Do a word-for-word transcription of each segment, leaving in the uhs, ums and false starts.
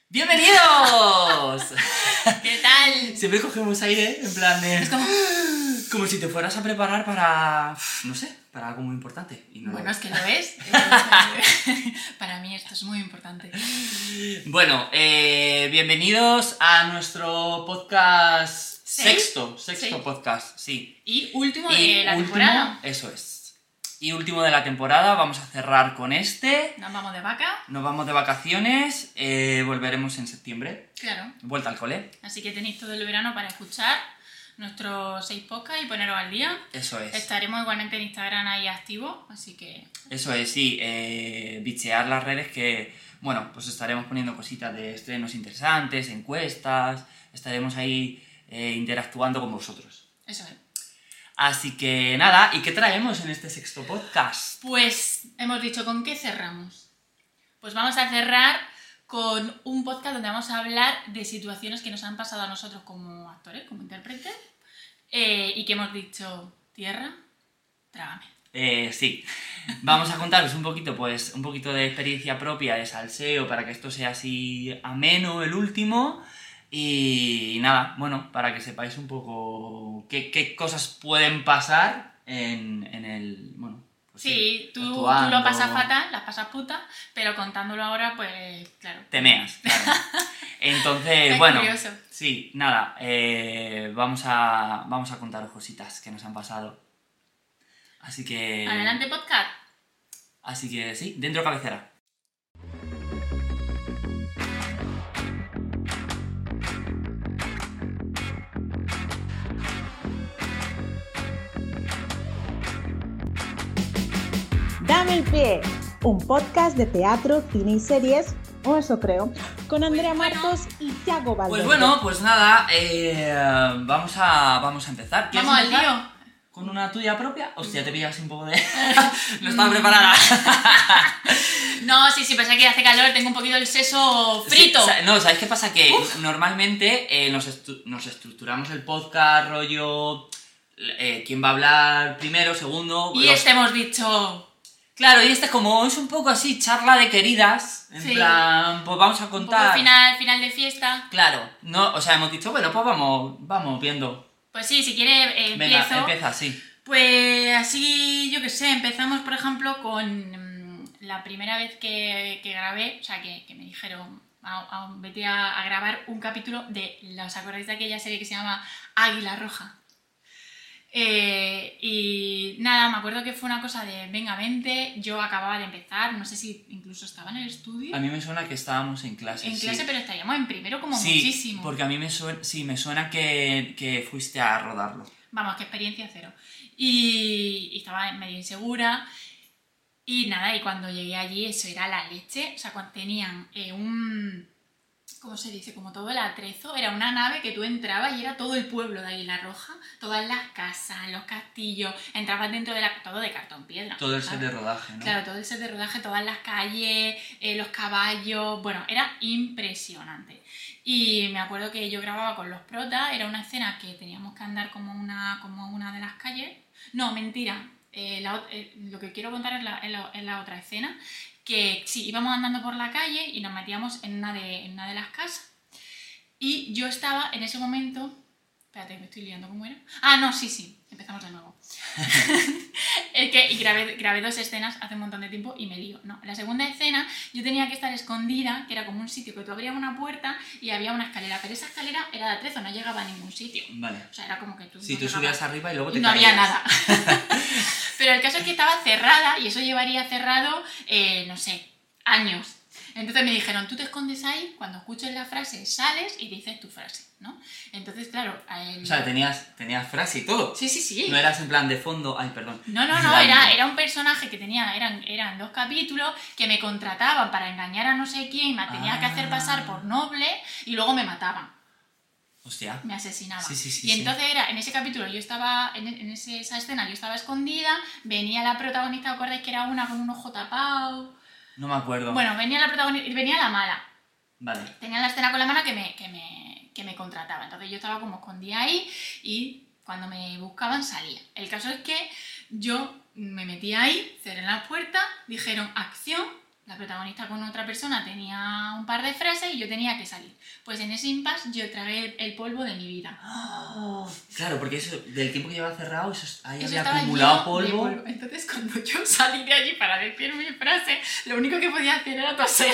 ¡Bienvenidos! ¿Qué tal? Siempre cogemos aire, en plan de... Es como... como si te fueras a preparar para... no sé, para algo muy importante. Y no bueno, lo... es que lo es. Para mí esto es muy importante. Bueno, eh, bienvenidos a nuestro podcast ¿Seis? sexto. Sexto ¿Seis? podcast, sí. Y último Y de la último, temporada. Eso es. Y último de la temporada, vamos a cerrar con este. Nos vamos de vaca. Nos vamos de vacaciones, eh, volveremos en septiembre. Claro. Vuelta al cole. Así que tenéis todo el verano para escuchar nuestros seis podcasts y poneros al día. Eso es. Estaremos igualmente en Instagram ahí activos, así que... Eso es, sí. Eh, bichear las redes que, bueno, pues estaremos poniendo cositas de estrenos interesantes, encuestas, estaremos ahí eh, interactuando con vosotros. Eso es. Así que nada, ¿y qué traemos en este sexto podcast? Pues hemos dicho, ¿con qué cerramos? Pues vamos a cerrar con un podcast donde vamos a hablar de situaciones que nos han pasado a nosotros como actores, como intérpretes, eh, y que hemos dicho, tierra, trágame. Eh, sí, vamos a contaros un poquito, pues, un poquito de experiencia propia de salseo para que esto sea así ameno el último. Y nada, bueno, para que sepáis un poco qué, qué cosas pueden pasar en, en el... Bueno, pues Sí, tú, tú actuando. lo pasas fatal, las pasas puta, pero contándolo ahora, pues, claro. Te meas, claro. Entonces, Es bueno, curioso. sí, nada, eh, vamos a, vamos a contaros cositas que nos han pasado. Así que... Adelante, podcast. Así que sí, dentro cabecera. Dame el pie, un podcast de teatro, cine y series, o eso creo, con Andrea Pues bueno. Martos y Thiago Valverde. Pues bueno, pues nada, eh, vamos, a, vamos a empezar. ¿Quieres Vamos al empezar lío. ¿Con una tuya propia? Hostia, te pillas un poco de... no estaba preparada. No, sí, sí, pasa que hace calor, tengo un poquito el seso frito. Sí, no, ¿sabéis qué pasa? Que Uf. normalmente eh, nos, estru- nos estructuramos el podcast, rollo... Eh, ¿quién va a hablar primero, segundo? Y los... este hemos dicho... Claro, y este como es un poco así, charla de queridas, en Sí. plan, pues vamos a Un poco contar... final, final de fiesta. Claro, no, o sea, hemos dicho, bueno, pues vamos, vamos viendo. Pues sí, si quieres eh, Venga, empiezo. empieza, sí. Pues así, yo qué sé, empezamos por ejemplo con mm, la primera vez que, que grabé, o sea, que, que me dijeron, a, a- vete a, a grabar un capítulo de, ¿os acordáis de aquella serie que se llama Águila Roja? Eh, y nada, me acuerdo que fue una cosa de, venga, vente, yo acababa de empezar, no sé si incluso estaba en el estudio, A mí me suena que estábamos en clase. en sí. clase, pero estaríamos en primero como Sí, muchísimo. porque a mí me suena, sí, me suena que, que fuiste a rodarlo. Vamos, que experiencia cero. Y, y estaba medio insegura. Y nada, y cuando llegué allí, eso era la leche. O sea, cuando tenían eh, un... ¿Cómo se dice? Como todo el atrezo. Era una nave que tú entrabas y era todo el pueblo de Águila Roja. Todas las casas, los castillos. Entrabas dentro de la... Todo de cartón piedra. Todo el set ¿sabes? de rodaje, ¿no? Claro, todo el set de rodaje, todas las calles, eh, los caballos... Bueno, era impresionante. Y me acuerdo que yo grababa con los protas, era una escena que teníamos que andar como una, como una de las calles. No, mentira. Eh, la ot- eh, lo que quiero contar es la, es la- es la otra escena. Que sí, íbamos andando por la calle y nos metíamos en una de, en una de las casas. Y yo estaba en ese momento... Espérate, me estoy liando, ¿cómo era? Ah, no, sí, sí, empezamos de nuevo. Es que y grabé, grabé dos escenas hace un montón de tiempo y me lío. No, en la segunda escena yo tenía que estar escondida, que era como un sitio que tú abrías una puerta y había una escalera, pero esa escalera era de atrezo, no llegaba a ningún sitio. Vale. O sea, era como que tú... Si no tú llegabas. subías arriba y luego te Y no había caías. nada. Pero el caso es que estaba cerrada y eso llevaría cerrado, eh, no sé, años. Entonces me dijeron, tú te escondes ahí, cuando escuches la frase sales y dices tu frase, ¿no? Entonces, claro... a él- O sea, tenías, tenías frase y todo. Sí, sí, sí. No eras en plan de fondo... Ay, perdón. No, no, no, era, era un personaje que tenía, eran, eran dos capítulos que me contrataban para engañar a no sé quién, me tenía que hacer pasar por noble y luego me mataban, Hostia. me asesinaban. Sí, sí, sí, y sí. entonces era, en ese capítulo yo estaba, en, en ese- esa escena yo estaba escondida, venía la protagonista, ¿os acordáis que era una con un ojo tapado? No me acuerdo. Bueno, venía la protagonista, venía la mala. Vale. Tenía la escena con la mano que me, que me, que me contrataba. Entonces yo estaba como escondida ahí y cuando me buscaban salía. El caso es que yo me metí ahí, cerré la puerta, dijeron acción, la protagonista con otra persona tenía un par de frases y yo tenía que salir. Pues en ese impasse yo tragué el, el polvo de mi vida. Oh, claro, porque eso, del tiempo que llevaba cerrado, eso, ahí Eso había estaba acumulado lleno polvo. de polvo. Entonces cuando yo salí de allí para decir mi frase, lo único que podía hacer era toser.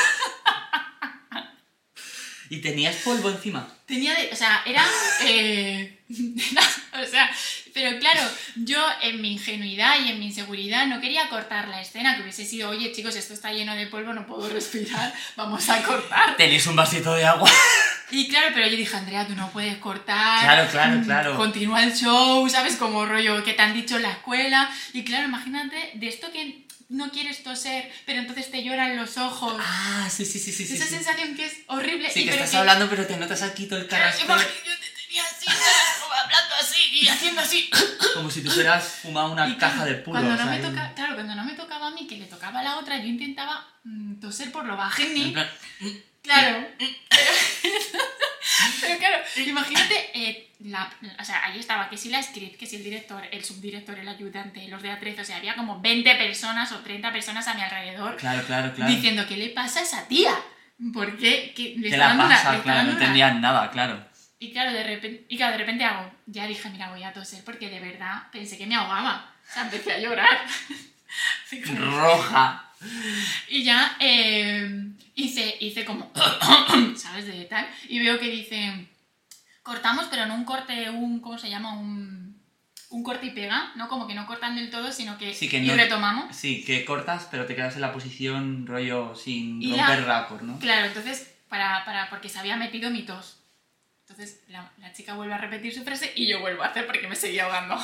¿Y tenías polvo encima? Tenía de... O sea, era... Eh, era o sea, pero claro, yo en mi ingenuidad y en mi inseguridad no quería cortar la escena, que hubiese sido, oye chicos, esto está lleno de polvo, no puedo respirar, vamos a cortar. Tenéis un vasito de agua. Y claro, pero yo dije, Andrea, tú no puedes cortar. Claro, claro, claro. Continúa el show, ¿sabes? Como rollo que te han dicho en la escuela. Y claro, imagínate de esto que no quieres toser, pero entonces te lloran los ojos. Ah, sí, sí, sí, sí. Esa sí, sensación que es horrible. Sí, y que pero estás que... hablando, pero te notas aquí todo el carrasco. Yo te tenía así, ¿sabes? Como hablando así y haciendo así. Como si tú hubieras fumado una Y caja claro, de puros. cuando no me ahí. toca, claro, cuando no me tocaba a mí, que le tocaba a la otra, yo intentaba mm, toser por lo bajini. En plan, Claro. Pero, pero claro, imagínate, eh, la, o sea, ahí estaba, que si la script, que si el director, el subdirector, el ayudante, los de A trece, o sea, había como veinte personas o treinta personas a mi alrededor Claro, claro, claro. diciendo, ¿qué le pasa a esa tía? ¿Por qué? ¿Qué le ¿Qué está la dando una- pasa? le está Claro, no dando una- entendían nada, claro. Y claro, de repente, y claro, de repente hago, ya dije, mira, voy a toser porque de verdad pensé que me ahogaba. O sea, empecé a llorar. Roja. Y ya eh, hice, hice como, ¿sabes? De tal. Y veo que dice, cortamos, pero no un corte, un, ¿cómo se llama? Un, un corte y pega, ¿no? Como que no cortan del todo, sino que, Sí, que y no- retomamos. Sí, que cortas, pero te quedas en la posición rollo sin Y romper la- récord, ¿no? Claro, entonces, para, para, porque se había metido mi tos. Entonces la, la chica vuelve a repetir su frase y yo vuelvo a hacer porque me seguía ahogando.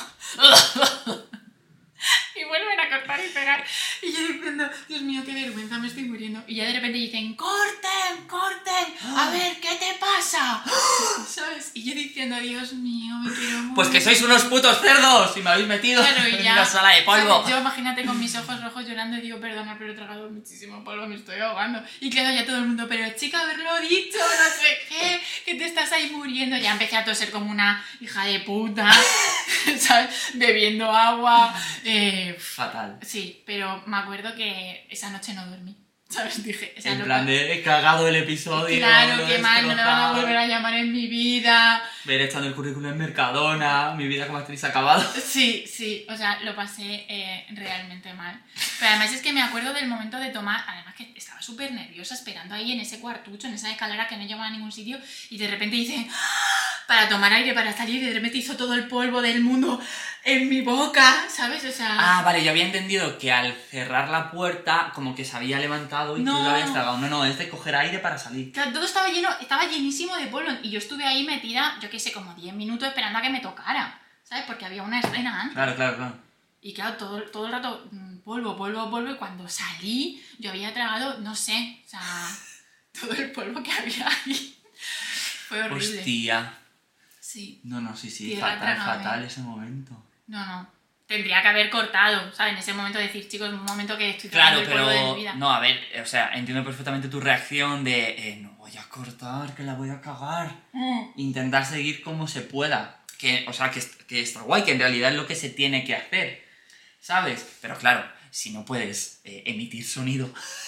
Y vuelven a cortar y pegar. Y yo diciendo, Dios mío, qué vergüenza, me estoy muriendo. Y ya de repente dicen, ¡corten, corten! A ver, ¿qué te pasa? ¿Sabes? Y yo diciendo, Dios mío, me quiero morir. Pues que sois unos putos cerdos y me habéis metido Claro, y en ya, una sala de polvo. ¿sabes? Yo imagínate con mis ojos rojos llorando y digo, perdona, pero he tragado muchísimo polvo, me estoy ahogando. Y claro, ya todo el mundo, pero chica, haberlo dicho, no sé qué, que te estás ahí muriendo. Ya empecé a toser como una hija de puta, ¿sabes? Bebiendo agua. Eh, Fatal. sí, pero me acuerdo que esa noche no dormí, ¿sabes? Dije, o sea, En lo plan que- de he cagado el episodio. Claro, lo he qué mal, no me van a destrozado. volver a llamar en mi vida. Ver echando el currículum en Mercadona, mi vida como actriz ha acabado. Sí, sí, o sea, lo pasé eh, realmente mal. Pero además es que me acuerdo del momento de tomar, además que estaba súper nerviosa esperando ahí en ese cuartucho, en esa escalera que no llevaba a ningún sitio, y de repente hice ¡ah! Para tomar aire, para salir, y de repente hizo todo el polvo del mundo en mi boca, ¿sabes? O sea... Ah, vale, yo había entendido que al cerrar la puerta como que se había levantado y No. tú lo habías tragado. No, no, es de coger aire para salir. Claro, todo estaba lleno, estaba llenísimo de polvo, y yo estuve ahí metida, yo qué sé, como diez minutos esperando a que me tocara, ¿sabes? Porque había una escena antes. Claro, claro, claro. Y claro, todo, todo el rato mm, polvo, polvo, polvo, y cuando salí yo había tragado, no sé, o sea, todo el polvo que había ahí. Fue horrible. Hostia. Sí, No, no, sí, sí, Tierra fatal, trágame. fatal ese momento. no, no. Tendría que haber cortado, ¿sabes? En ese momento decir, chicos, un momento que estoy Claro, tragando el polvo de pero... mi vida. No, a ver, o sea, entiendo perfectamente tu reacción de eh, no voy a cortar, que la voy a cagar. Mm. Intentar seguir como se pueda. Que, o sea, que, que está guay, que en realidad es lo que se tiene que hacer, ¿sabes? Pero claro, si no puedes eh, emitir sonido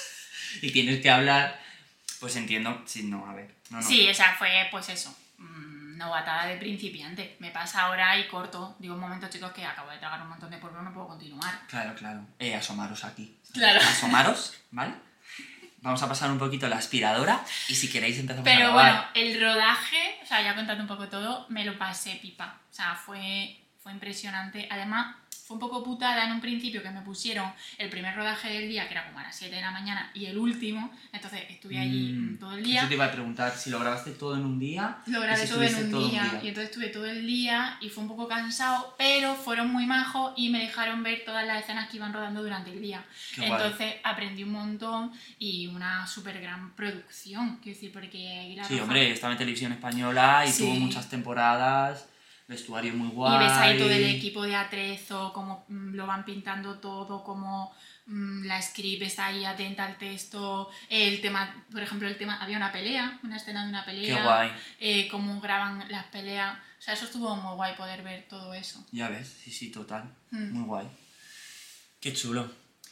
y tienes que hablar, pues entiendo, si no, a ver, no, no. Sí, o sea, fue pues eso, mm, novatada de principiante. Me pasa ahora y corto. Digo, un momento, chicos, que acabo de tragar un montón de polvo, no puedo continuar. Claro, claro. Eh, asomaros aquí. Claro. Asomaros, ¿vale? Vamos a pasar un poquito la aspiradora y si queréis empezamos a Pero grabar. bueno, el rodaje, o sea, ya contando un poco todo, me lo pasé pipa. O sea, fue, fue impresionante. Además, fue un poco putada en un principio que me pusieron el primer rodaje del día, que era como a las siete de la mañana, y el último. Entonces estuve allí Mm, todo el día. Eso te iba a preguntar, si lo grabaste todo en un día. Lo y grabé si todo en estuviste un todo día, y entonces estuve todo el día y fue un poco cansado, pero fueron muy majos y me dejaron ver todas las escenas que iban rodando durante el día. Qué guay. Entonces aprendí un montón y una súper gran producción, quiero decir, porque Águila Sí, Roja- hombre, estaba en televisión española y Sí. tuvo muchas temporadas, vestuario muy guay. Y ves ahí todo el equipo de Atrezo, cómo mm, lo van pintando todo, cómo mm, la script está ahí atenta al texto, el tema, por ejemplo, el tema, había una pelea, una escena de una pelea, Qué guay. eh, cómo graban las peleas, o sea, eso estuvo muy guay poder ver todo eso. Ya ves, sí, sí, total. Mm. Muy guay. Qué chulo.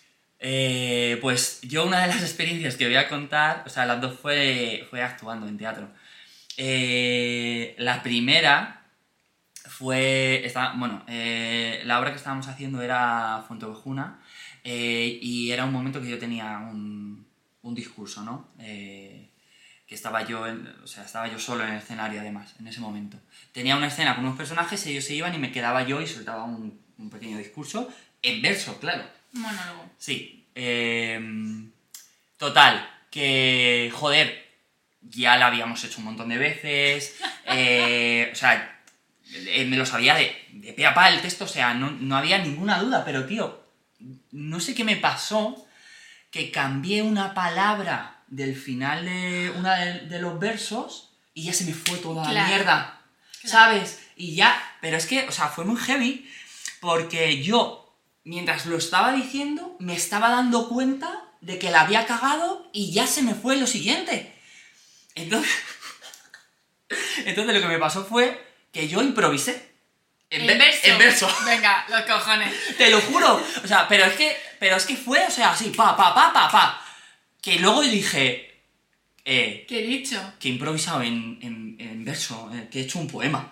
Eh, pues yo una de las experiencias que voy a contar, o sea, las dos fue, fue actuando en teatro. Eh, la primera fue, estaba, bueno, eh, la obra que estábamos haciendo era Fuenteovejuna eh, y era un momento que yo tenía un, un discurso, ¿no? Eh, que estaba yo, en, o sea, estaba yo solo en el escenario además, en ese momento. Tenía una escena con unos personajes, ellos se iban y me quedaba yo y soltaba un, un pequeño discurso en verso, claro. Monólogo. Sí. Eh, total, que, joder, ya la habíamos hecho un montón de veces, eh, o sea, eh, me lo sabía de, de pe a pa el texto, o sea, no, no había ninguna duda, pero tío, no sé qué me pasó, que cambié una palabra del final de una de, de los versos y ya se me fue toda Claro. la mierda, Claro. ¿sabes? Y ya, pero es que, o sea, fue muy heavy, porque yo, mientras lo estaba diciendo, me estaba dando cuenta de que la había cagado y ya se me fue lo siguiente. Entonces, entonces lo que me pasó fue que yo improvisé. En ve- verso. En verso. Venga, los cojones. Te lo juro. O sea, pero es que, pero es que fue, o sea, así, pa, pa, pa, pa, pa. Que luego dije, eh, ¿Qué he dicho? que he improvisado en, en, en verso, eh, que he hecho un poema.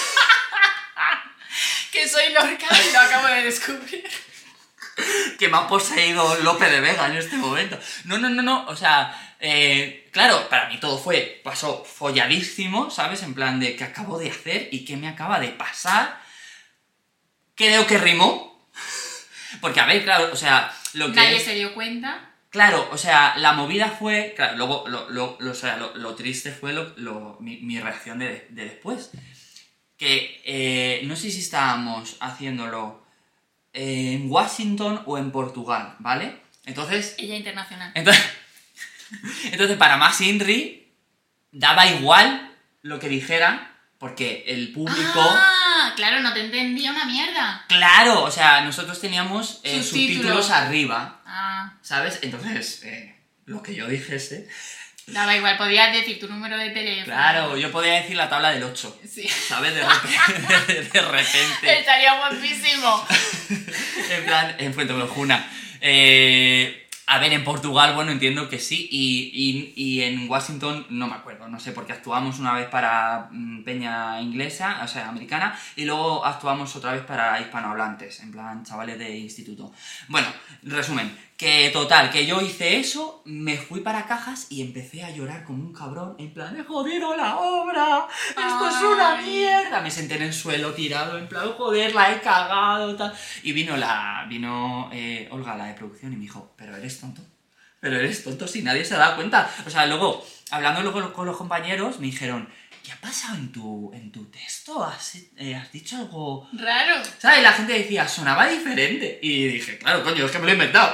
Que soy Lorca y lo acabo de descubrir. Que me ha poseído Lope de Vega en este momento. No, no, no, no, o sea, eh, claro, para mí todo fue, pasó folladísimo, ¿sabes? En plan de qué acabo de hacer y qué me acaba de pasar. Creo que rimó. Porque, a ver, claro, o sea, lo que... Nadie es- se dio cuenta. Claro, o sea, la movida fue... Claro, luego, lo, lo, lo, o sea, lo, lo triste fue lo, lo- mi, mi reacción de, de después. Que eh, no sé si estábamos haciéndolo en Washington o en Portugal, ¿vale? Entonces, Ella internacional. entonces, entonces para más Inri, daba igual lo que dijera, porque el público... Ah, claro, no te entendía una mierda. Claro, o sea, nosotros teníamos eh, Subtítulos. subtítulos arriba, Ah, ¿sabes? Entonces, eh, lo que yo dijese... daba igual, podías decir tu número de teléfono. Claro, yo podía decir la tabla del ocho, Sí. ¿sabes? De repente. De repente. Estaría guapísimo. En plan, en Fuenteovejuna. Eh, a ver, en Portugal, bueno, entiendo que sí. Y, y, y en Washington, no me acuerdo. No sé, porque actuamos una vez para mm, peña inglesa, o sea, americana. Y luego actuamos otra vez para hispanohablantes, en plan, chavales de instituto. Bueno, resumen. Que total, que yo hice eso, me fui para Cajas y empecé a llorar como un cabrón. En plan, he jodido la obra. Esto es una Ay. mierda. Me senté en el suelo tirado, en plan, joder, la he cagado, tal. Y vino la vino eh, Olga, la de producción, y me dijo, pero eres tonto. Pero eres tonto si nadie se da cuenta. O sea, luego, hablando luego con los compañeros, me dijeron, ¿qué ha pasado en tu, en tu texto? ¿Has, eh, ¿Has dicho algo...? Raro. ¿Sabes? La gente decía, sonaba diferente. Y dije, claro, coño, es que me lo he inventado.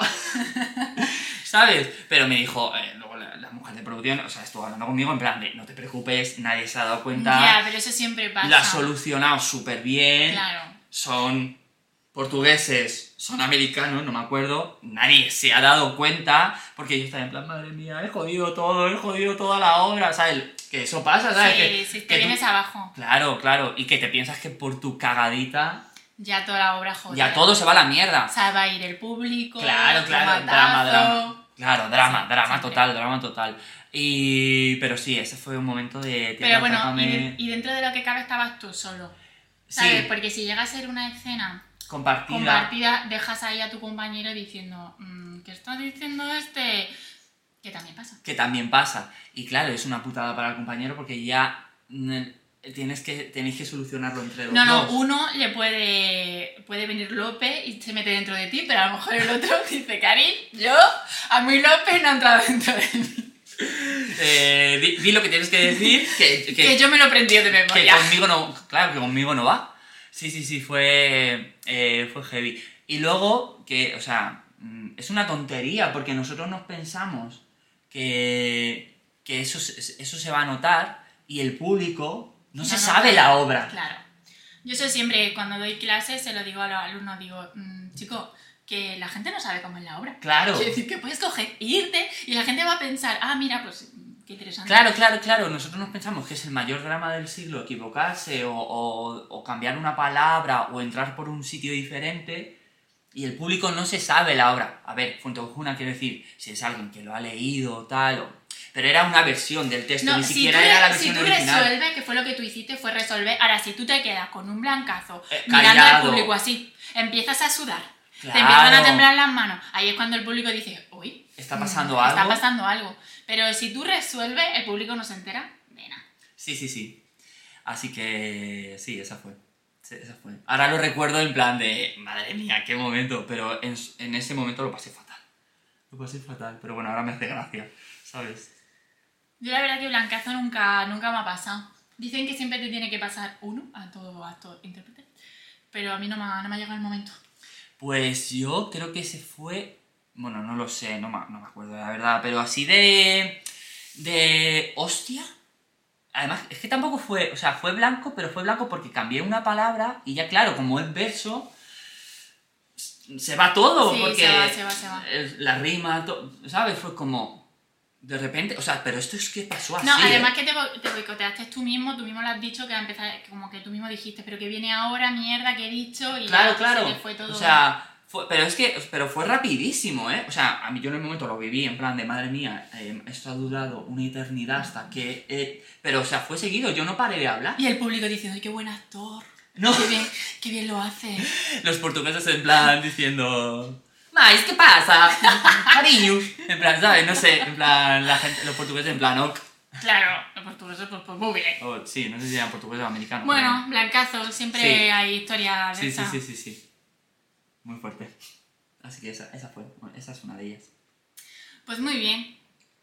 ¿Sabes? Pero me dijo, eh, luego la, la mujer de producción, o sea, estuvo hablando conmigo en plan de, no te preocupes, nadie se ha dado cuenta. Ya, pero eso siempre pasa. La ha solucionado súper bien. Claro. Son portugueses, son americanos, no me acuerdo. Nadie se ha dado cuenta. Porque yo estaba en plan, madre mía, he jodido todo, he jodido toda la obra. ¿Sabes? Que eso pasa, ¿sabes? Sí, que, si te que tú- vienes abajo, Claro, claro. Y que te piensas que por tu cagadita ya toda la obra joder. ya todo se va a la mierda. O sea, va a ir el público. Claro, claro, tomatazo. drama, drama. Claro, drama, Sí, drama siempre. total, drama total. Y... Pero sí, ese fue un momento de... tía, Pero bueno, atrápame. y, de- y dentro de lo que cabe estabas tú solo. ¿Sabes? Sí, Porque si llega a ser una escena compartida. compartida, dejas ahí a tu compañero diciendo, "Mm, ¿qué está diciendo este? Que también pasa. Que también pasa. Y claro, es una putada para el compañero porque ya mm, tienes que, tenéis que solucionarlo entre los No, no, dos. uno le puede, puede venir Lope y se mete dentro de ti, pero a lo mejor el otro dice, Karin, yo, a mí Lope no ha entrado dentro de mí. Eh, di, di lo que tienes que decir, que, que, Que yo me lo aprendí de que memoria. conmigo no... Claro, que conmigo no va. Sí, sí, sí, fue, eh, fue heavy. Y luego, que, o sea, mm, es una tontería porque nosotros nos pensamos que, que eso, se- eso se va a notar y el público no, se no, sabe no. la obra. Claro. Yo eso siempre, cuando doy clases, se lo digo a los alumnos, digo, "Mm, chico, que la gente no sabe cómo es la obra. Claro. Es decir, que puedes coger e irte y la gente va a pensar, ah, mira, pues qué interesante. Claro, claro, claro. Nosotros nos pensamos que es el mayor drama del siglo equivocarse o, o- o cambiar una palabra o entrar por un sitio diferente y el público no se sabe la obra. A ver, Fuente Ojuna quiero decir, si es alguien que lo ha leído o tal, o... pero era una versión del texto, No, ni si siquiera tú, era la si versión tú original. resuelves, que fue lo que tú hiciste, fue resolver. Ahora, si tú te quedas con un blancazo Eh, mirando al callado. público así, empiezas a sudar, Claro. te empiezan a temblar las manos, ahí es cuando el público dice, uy, Está pasando mm, algo. Está pasando algo. Pero si tú resuelves, el público no se entera de nada. Sí, sí, sí. Así que sí, esa fue. Sí, esa fue. Ahora lo recuerdo en plan de, madre mía, qué momento, pero en, en ese momento lo pasé fatal. Lo pasé fatal, pero bueno, ahora me hace gracia, ¿sabes? Yo la verdad que blancazo nunca, nunca me ha pasado. Dicen que siempre te tiene que pasar uno a todo actor intérprete, pero a mí no me, ha, no me ha llegado el momento. Pues yo creo que ese fue... Bueno, no lo sé, no me, no me acuerdo la verdad, pero así de... de... hostia. Además, es que tampoco fue... O sea, fue blanco, pero fue blanco porque cambié una palabra y ya claro, como es verso... se va todo, Sí, porque... se va, se va, se va. La rima, to- ¿sabes? Fue como... De repente, o sea, pero esto es que pasó así. No, además ¿eh? que te, bo- te boicoteaste tú mismo, tú mismo lo has dicho, que, a empezar, que como que tú mismo dijiste, pero que viene ahora, mierda, que he dicho, y Claro, ya claro. se te fue todo. O sea, fue, pero es que pero fue rapidísimo, ¿eh? O sea, a mí yo en el momento lo viví en plan de, madre mía, eh, esto ha durado una eternidad hasta que... eh, pero, o sea, fue seguido, yo no paré de hablar. Y el público diciendo, ay, qué buen actor, No, qué bien, qué bien lo hace. los portugueses en plan diciendo... Mais, ¿qué pasa? Cariño. En plan, ¿sabes? No sé, en plan, la gente, los portugueses en plan, ok. Claro, los portugueses, pues, pues muy bien. O, sí, no sé si eran portugueses o americanos. Bueno, blancazo, siempre Sí. hay historias de Sí, sí, esas. sí, sí, sí. Muy fuerte. Así que esa, esa fue, esa es una de ellas. Pues muy bien.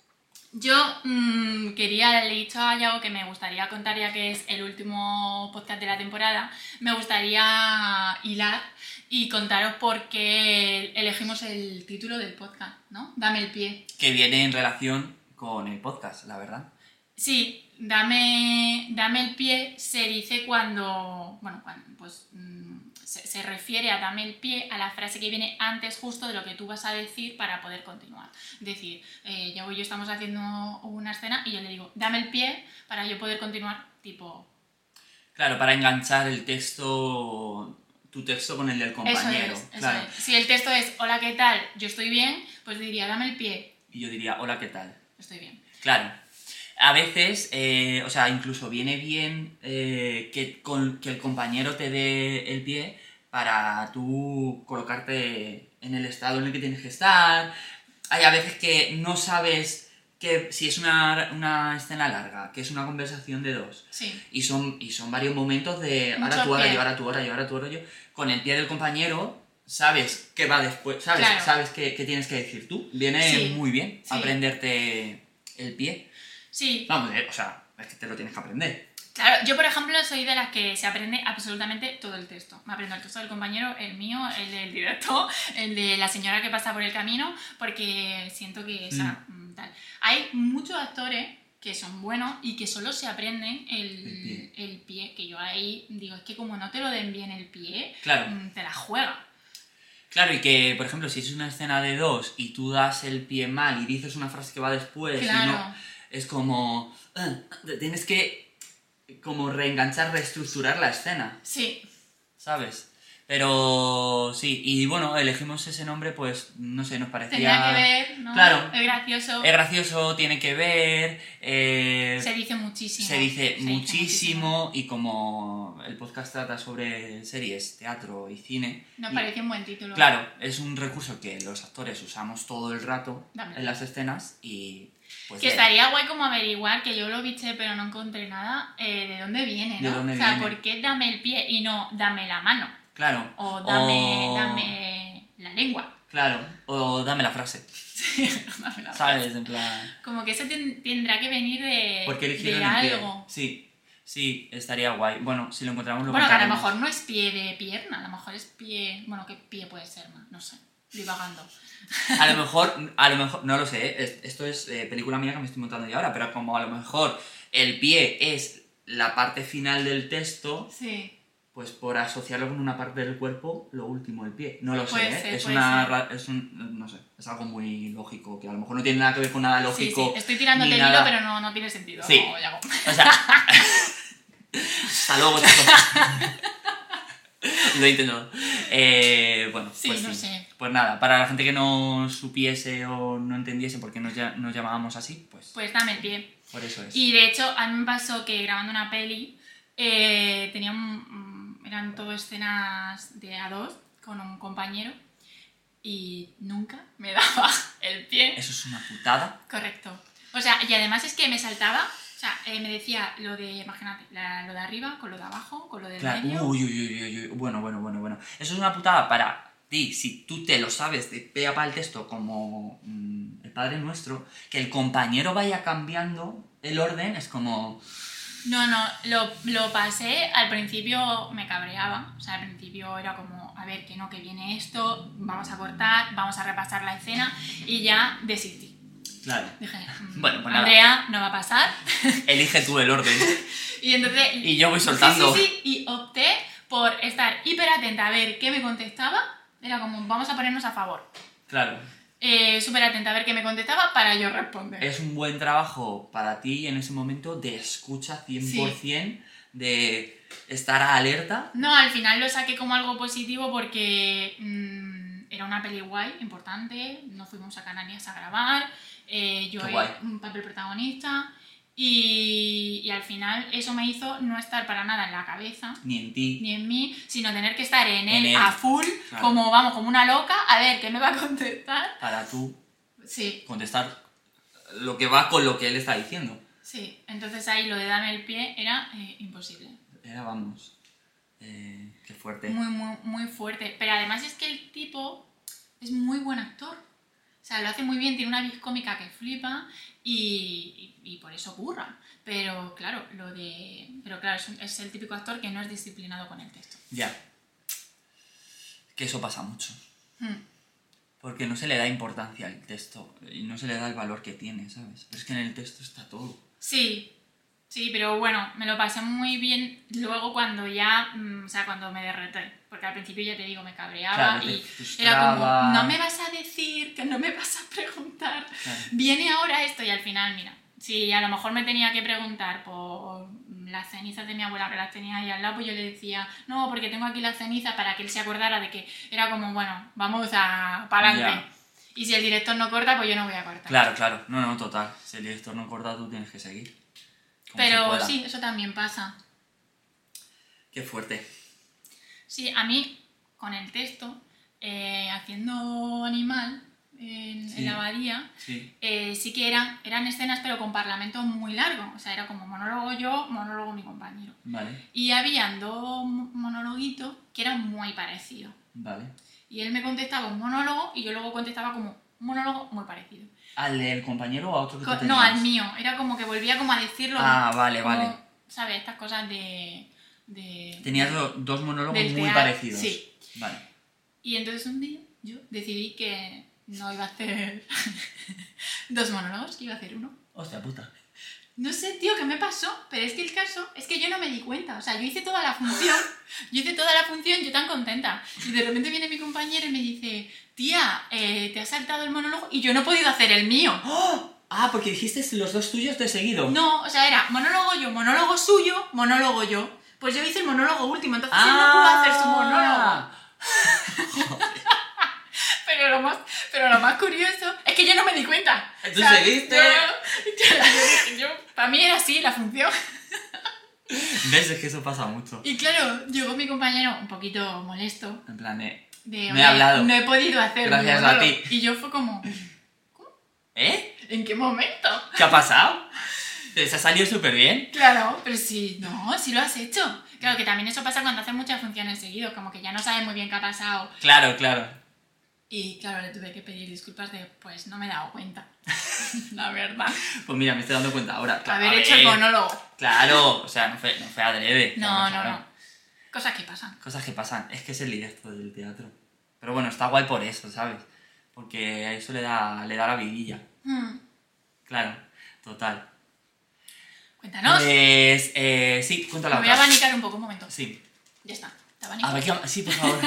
Yo mmm, quería, le he dicho a Yago que me gustaría contar, ya que es el último podcast de la temporada, me gustaría hilar y contaros por qué elegimos el título del podcast, ¿no? Dame el pie. Que viene en relación con el podcast, la verdad. Sí, dame, dame el pie se dice cuando, bueno, cuando, pues mmm, se, se refiere a dame el pie a la frase que viene antes justo de lo que tú vas a decir para poder continuar. Es decir, eh, Yago y yo estamos haciendo una escena y yo le digo, dame el pie para yo poder continuar, tipo... Claro, para enganchar el texto, tu texto con el del compañero. Eso es, eso claro. es. Si el texto es, hola, ¿qué tal? Yo estoy bien, pues diría, dame el pie. Y yo diría, hola, ¿qué tal? Estoy bien. Claro. A veces, eh, o sea, incluso viene bien eh, que, con, que el compañero te dé el pie para tú colocarte en el estado en el que tienes que estar. Hay a veces que no sabes que si es una, una escena larga, que es una conversación de dos. Sí. Y son, y son varios momentos de Mucho ahora tú, ahora pie. yo, ahora tú, ahora yo, ahora tú, ahora yo. Con el pie del compañero, sabes qué va después, sabes, Claro. sabes qué, qué tienes que decir tú. Viene Sí. muy bien Sí. aprenderte el pie. Sí. Vamos, eh, o sea, es que te lo tienes que aprender. Claro, yo por ejemplo soy de las que se aprende absolutamente todo el texto. Me aprendo el texto del compañero, el mío, el del directo, el de la señora que pasa por el camino, porque siento que, o sea, mm, tal. Hay muchos actores que son buenos y que solo se aprenden el, El pie. el pie, que yo ahí digo, es que como no te lo den bien el pie, Claro. mm, te la juega. Claro, y que, por ejemplo, si es una escena de dos y tú das el pie mal y dices una frase que va después, y Claro. no, es como... ah, tienes que como reenganchar, reestructurar la escena, Sí, ¿sabes? Pero sí, y bueno, elegimos ese nombre, pues, no sé, nos parecía... tenía que ver, ¿no? Claro. Es gracioso. Es gracioso, tiene que ver, eh, Se dice muchísimo. se dice Se muchísimo, y como el podcast trata sobre series, teatro y cine... Nos y- pareció un buen título. Claro, es un recurso que los actores usamos todo el rato Dame. en las escenas y pues Que de- estaría guay como averiguar, que yo lo viste pero no encontré nada, eh, de dónde viene, ¿no? ¿De dónde o sea, viene? ¿por qué dame el pie y no dame la mano? claro, O dame, o- dame la lengua. claro, o dame la frase, Dame la- ¿sabes? En plan, Como que eso ten- tendrá que venir de, ¿por qué de eligieron el pie? algo. Sí, sí, estaría guay. Bueno, si lo encontramos lo Bueno, que a lo contaremos. mejor no es pie de pierna, a lo mejor es pie... Bueno, ¿qué pie puede ser más? No sé, divagando. A lo mejor, a lo mejor, no lo sé, ¿eh? Es- esto es eh, película mía que me estoy montando yo ahora, pero como a lo mejor el pie es la parte final del texto, Sí. pues por asociarlo con una parte del cuerpo, lo último, el pie. No lo sé, Puede ¿eh? ser, es puede una ser. ra- es un, no sé, es algo muy lógico, que a lo mejor no tiene nada que ver con nada Sí, lógico. sí, estoy tirándote ni el hilo, nada. pero no, no tiene sentido. Sí. No, Yago. O sea, hasta luego, chicos. Lo he intentado. Eh, bueno, Sí, pues no sí. sé. Pues nada, para la gente que no supiese o no entendiese por qué nos, ya- nos llamábamos así, pues, Pues dame el pie. por eso es. Y de hecho, a mí me pasó que grabando una peli, eh, tenía un- mm, eran todo escenas de a dos con un compañero y nunca me daba el pie. Eso es una putada. Correcto. O sea, y además es que me saltaba, o sea, eh, me decía lo de, imagínate, la- lo de arriba con lo de abajo, con lo del Claro. medio. Uy, uy, uy, uy, uy. Bueno, bueno, bueno, bueno. Eso es una putada para ti, si tú te lo sabes de pe a pa el texto como mm, el Padre Nuestro, que el compañero vaya cambiando el orden, es como... No, no, lo, lo pasé, al principio me cabreaba, o sea, al principio era como, a ver, que no, que viene esto, vamos a cortar, vamos a repasar la escena y ya desistí. Claro. Dije, mm, Bueno, pues nada. Andrea, no va a pasar. Elige tú el orden. Y entonces... Y yo voy soltando. Sí, sí, sí, y opté por estar hiper atenta a ver qué me contestaba, era como, vamos a ponernos a favor. Claro. Eh, súper atenta a ver qué me contestaba para yo responder. Es un buen trabajo para ti en ese momento de escucha cien por ciento, de estar alerta. No, al final lo saqué como algo positivo porque mmm, era una peli guay, importante, nos fuimos a Canarias a grabar, eh, yo Qué era guay. un papel protagonista y, y al final eso me hizo no estar para nada en la cabeza Ni en ti. ni en mí, sino tener que estar en él, En él. a full, Claro. como vamos, como una loca, a ver qué me va a contestar. Para tú Sí, contestar lo que va con lo que él está diciendo. sí, entonces ahí lo de darme el pie era eh, imposible. Era, vamos, eh, qué fuerte. Muy, muy, muy fuerte. Pero además es que el tipo es muy buen actor. O sea, lo hace muy bien, tiene una vis cómica que flipa y, y, y por eso curra. Pero claro, lo de. Pero claro, es, un- es el típico actor que no es disciplinado con el texto. Ya. Que eso pasa mucho. Hmm. Porque no se le da importancia al texto y no se le da el valor que tiene, ¿sabes? Pero es que en el texto está todo. Sí, sí, pero bueno, me lo pasé muy bien luego cuando ya. mm, o sea, cuando me derreté. Porque al principio ya te digo, me cabreaba Claro, te y frustraba. era como, no me vas a decir, que no me vas a preguntar. Claro. Viene ahora esto y al final, mira, si a lo mejor me tenía que preguntar por las cenizas de mi abuela que las tenía ahí al lado, pues yo le decía, no, porque tengo aquí las cenizas para que él se acordara de que era como, bueno, vamos a para adelante. Ya. Y si el director no corta, pues yo no voy a cortar. Claro, claro. No, no, total. Si el director no corta, tú tienes que seguir. Como se Pero pueda. sí, eso también pasa. Qué fuerte. Sí, a mí, con el texto, eh, haciendo animal en, Sí. en la abadía, Sí. eh, sí que eran, eran escenas, pero con parlamento muy largo. O sea, era como monólogo yo, monólogo mi compañero. Vale, Y habían dos mo- monologuitos que eran muy parecidos. vale. Y él me contestaba un monólogo y yo luego contestaba como un monólogo muy parecido. ¿Al del compañero o a otro que Co- tú no, tenías? al mío. Era como que volvía como a decirlo. Ah, vale, como, vale. ¿sabes? Estas cosas de... de Tenías do- dos monólogos del muy teatro, parecidos. sí. Vale. Y entonces un día yo decidí que no iba a hacer dos monólogos, que iba a hacer uno. Hostia puta. No sé, tío, qué me pasó, pero es que el caso es que yo no me di cuenta. O sea, yo hice toda la función, yo hice toda la función, yo tan contenta. Y de repente viene mi compañero y me dice, tía, eh, te has saltado el monólogo y yo no he podido hacer el mío. ¡Oh! Ah, porque dijiste los dos tuyos de seguido. No, o sea, era monólogo yo, monólogo suyo, monólogo yo. Pues yo hice el monólogo último, entonces él no pudo hacer su monólogo. Pero lo, más, pero lo más curioso es que yo no me di cuenta. ¿Tú seguiste? Yo, yo, yo- yo- para mí era así la función. ¿Ves? Es que eso pasa mucho. Y claro, llegó mi compañero un poquito molesto. En plan de... De, No he "Oye, hablado. No he podido hacer mi Gracias a monólogo". ti. Y yo fue como, ¿Eh? ¿en qué momento? ¿Qué ha pasado? Se ha salido súper bien. Claro, pero sí, no, sí lo has hecho. Claro que también eso pasa cuando haces muchas funciones seguidos, como que ya no sabes muy bien qué ha pasado. Claro, claro. Y claro, le tuve que pedir disculpas de, pues no me he dado cuenta. La verdad. Pues mira, me estoy dando cuenta ahora. Claro, Haber a hecho el ver. monólogo. Claro, o sea, no fue, no fue adrede. No, claro, no, claro. no. Cosas que pasan. Cosas que pasan. Es que es el directo del teatro. Pero bueno, está guay por eso, ¿sabes? Porque a eso le da, le da la vidilla. Hmm. Claro, total. Cuéntanos. Pues, eh, sí, cuéntala. Me voy a abanicar un poco, un momento. Sí. Ya está. Te abanico. A ver, ¿qué- sí, por favor.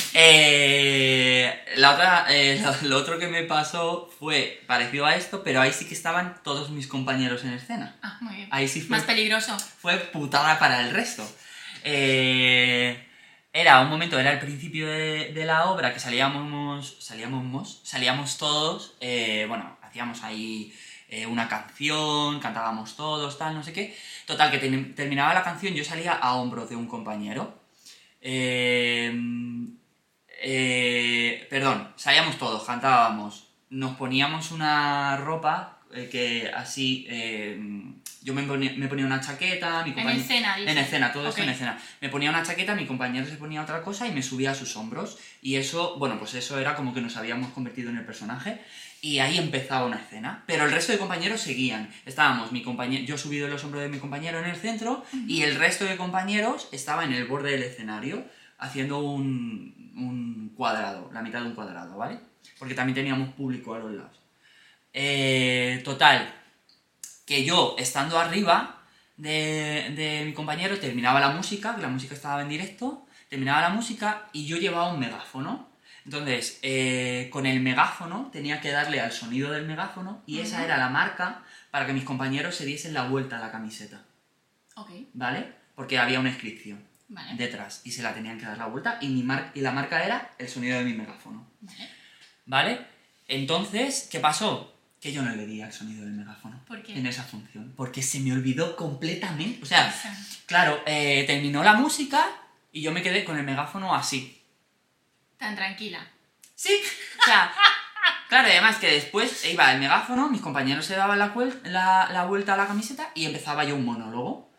eh, la otra, eh, lo, lo otro que me pasó fue parecido a esto, pero ahí sí que estaban todos mis compañeros en escena. Ah, muy bien. Ahí sí fue, Más peligroso. fue putada para el resto. Eh, era un momento, era el principio de, de la obra, que salíamos, salíamos, salíamos todos, eh, bueno, hacíamos ahí eh, una canción, cantábamos todos, tal, no sé qué. Total, que ten, terminaba la canción, yo salía a hombros de un compañero. Eh, eh, perdón, salíamos todos, cantábamos, nos poníamos una ropa eh, que así... Eh, yo me ponía, me ponía una chaqueta, mi compañero... En escena, dices. En escena, todo Okay. eso en escena. Me ponía una chaqueta, mi compañero se ponía otra cosa y me subía a sus hombros. Y eso, bueno, pues eso era como que nos habíamos convertido en el personaje. Y ahí empezaba una escena. Pero el resto de compañeros seguían. Estábamos, mi compañero, yo subido en los hombros de mi compañero en el centro, uh-huh. y el resto de compañeros estaba en el borde del escenario haciendo un, un cuadrado, la mitad de un cuadrado, ¿vale? Porque también teníamos público a los lados. Eh, total, que yo, estando arriba de, de mi compañero, terminaba la música, que la música estaba en directo, terminaba la música y yo llevaba un megáfono. Entonces, eh, con el megáfono tenía que darle al sonido del megáfono y uh-huh. esa era la marca para que mis compañeros se diesen la vuelta a la camiseta. Ok. ¿Vale? Porque había una inscripción vale. detrás y se la tenían que dar la vuelta y, mi mar- y la marca era el sonido de mi megáfono. Vale. ¿Vale? Entonces, ¿qué pasó? Que yo no le di al sonido del megáfono. ¿Por qué? En esa función. Porque se me olvidó completamente. O sea, Esa. claro, eh, terminó la música y yo me quedé con el megáfono así. Tan tranquila. Sí, o sea, claro, y además que después iba el megáfono, mis compañeros se daban la, cuel- la, la vuelta a la camiseta y empezaba yo un monólogo.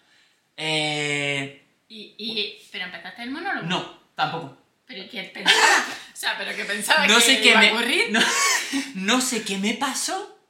Eh... Y, y, ¿Pero empezaste el monólogo? No, tampoco. ¿Pero qué pensaba? O sea, ¿pero qué pensaba No que sé qué iba me, a ocurrir? no, no sé qué me pasó,